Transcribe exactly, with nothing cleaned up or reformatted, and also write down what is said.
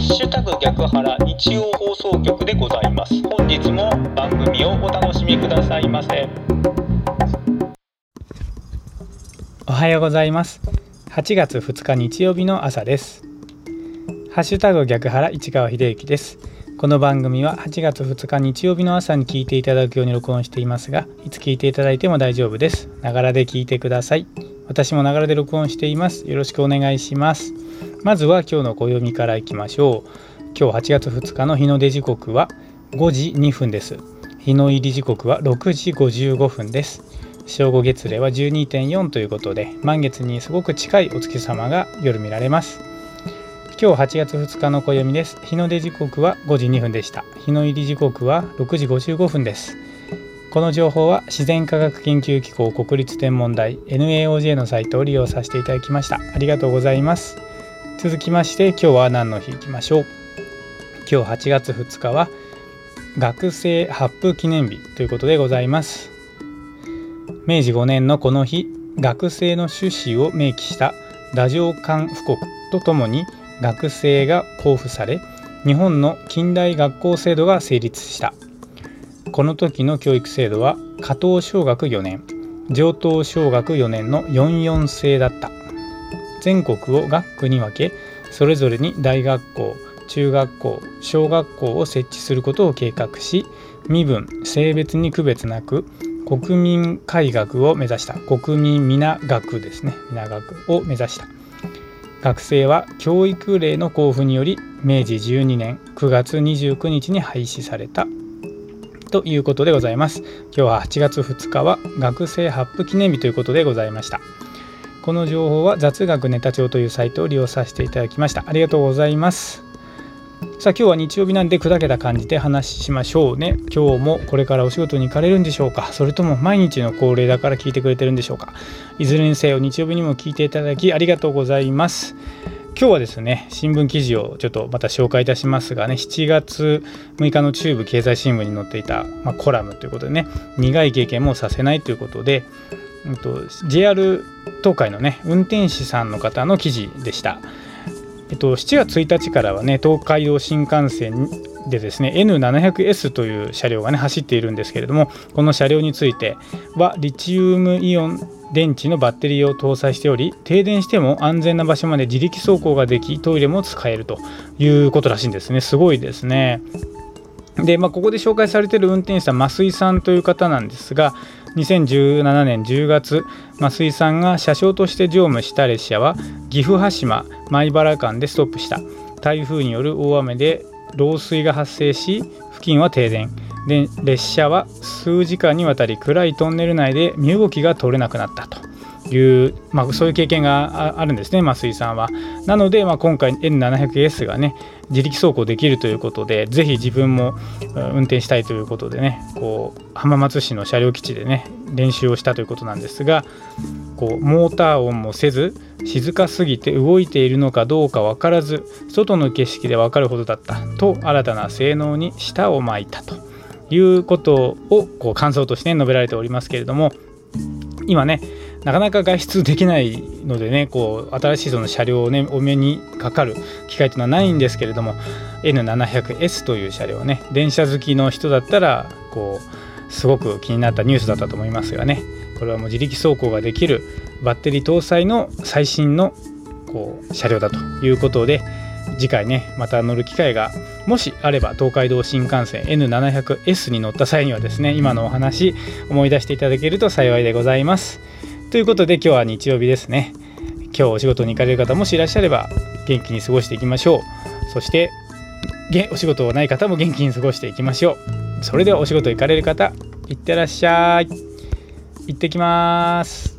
ッシュタグ逆腹日曜放送局でございます。本日も番組をお楽しみくださいませ。 おはようございます。はちがつふつか日曜日の朝です。ハッシュタグ逆腹市川秀幸です。この番組ははちがつふつか日曜日の朝に聞いていただくように録音していますが、いつ聞いていただいても大丈夫です。ながらで聞いてください。私もながらで録音しています。よろしくお願いします。まずは今日の暦からいきましょう。今日はちがつふつかの日の出時刻はごじにふんです。日の入り時刻はろくじごじゅうごふんです。正午月齢は じゅうにてんよん ということで、満月にすごく近いお月様が夜見られます。今日はちがつふつかの暦です。日の出時刻はごじにふんでした。日の入り時刻はろくじごじゅうごふんです。この情報は自然科学研究機構国立天文台 エヌエーオージェー のサイトを利用させていただきました。ありがとうございます。続きまして今日は何の日いきましょう。今日はちがつふつかは学生発布記念日ということでございます。めいじごねんのこの日、学生の趣旨を明記した太政官布告とともに学生が公布され、日本の近代学校制度が成立した。この時の教育制度は加東小学よねん、上東小学よねんのよんよん制だった。全国を学区に分け、それぞれに大学校、中学校、小学校を設置することを計画し、身分、性別に区別なく国民皆学を目指した。国民皆学ですね。皆学を目指した。学生は教育令の公布によりめいじじゅうにねんくがつにじゅうくにちに廃止されたということでございます。今日ははちがつふつかは学生発布記念日ということでございました。この情報は雑学ネタ帳というサイトを利用させていただきました。ありがとうございます。さあ今日は日曜日なんで砕けた感じで話しましょうね。今日もこれからお仕事に行かれるんでしょうか。それとも毎日の恒例だから聞いてくれてるんでしょうか。いずれにせよ日曜日にも聞いていただきありがとうございます。今日はですね、新聞記事をちょっとまた紹介いたしますがね、しちがつむいかの中部経済新聞に載っていた、まあ、コラムということでね、苦い経験もさせないということで、うんと、ジェイアール 東海のね運転士さんの方の記事でした。えっと、しちがつついたちからはね、東海道新幹線でですね エヌななひゃくエス という車両がね走っているんですけれども、この車両についてはリチウムイオン電池のバッテリーを搭載しており、停電しても安全な場所まで自力走行ができ、トイレも使えるということらしいんですね。すごいですね。で、まあ、ここで紹介されている運転手さん、増井さんという方なんですが、にせんじゅうななねんじゅうがつ、増井さんが車掌として乗務した列車は岐阜羽島米原間でストップした。台風による大雨で漏水が発生し、付近は停電で、列車は数時間にわたり暗いトンネル内で身動きが取れなくなったという、まあ、そういう経験があるんですね、増井さんは。なので、まあ、今回 エヌななひゃくエス がね自力走行できるということで、ぜひ自分も運転したいということでね、こう浜松市の車両基地でね練習をしたということなんですが、こうモーター音もせず、静かすぎて動いているのかどうか分からず、外の景色で分かるほどだったと、新たな性能に舌を巻いたということをこう感想として述べられておりますけれども、今ねなかなか外出できないのでね、こう新しいその車両をねお目にかかる機会というのはないんですけれども、 エヌななひゃくエス という車両ね、電車好きの人だったらこうすごく気になったニュースだったと思いますがね、これはもう自力走行ができるバッテリー搭載の最新のこう車両だということで、次回ねまた乗る機会がもしあれば、東海道新幹線 エヌななひゃくエス に乗った際にはですね、今のお話思い出していただけると幸いでございます。ということで今日は日曜日ですね。今日お仕事に行かれる方もしいらっしゃれば元気に過ごしていきましょう。そしてお仕事がない方も元気に過ごしていきましょう。それではお仕事行かれる方、いってらっしゃい。行ってきます。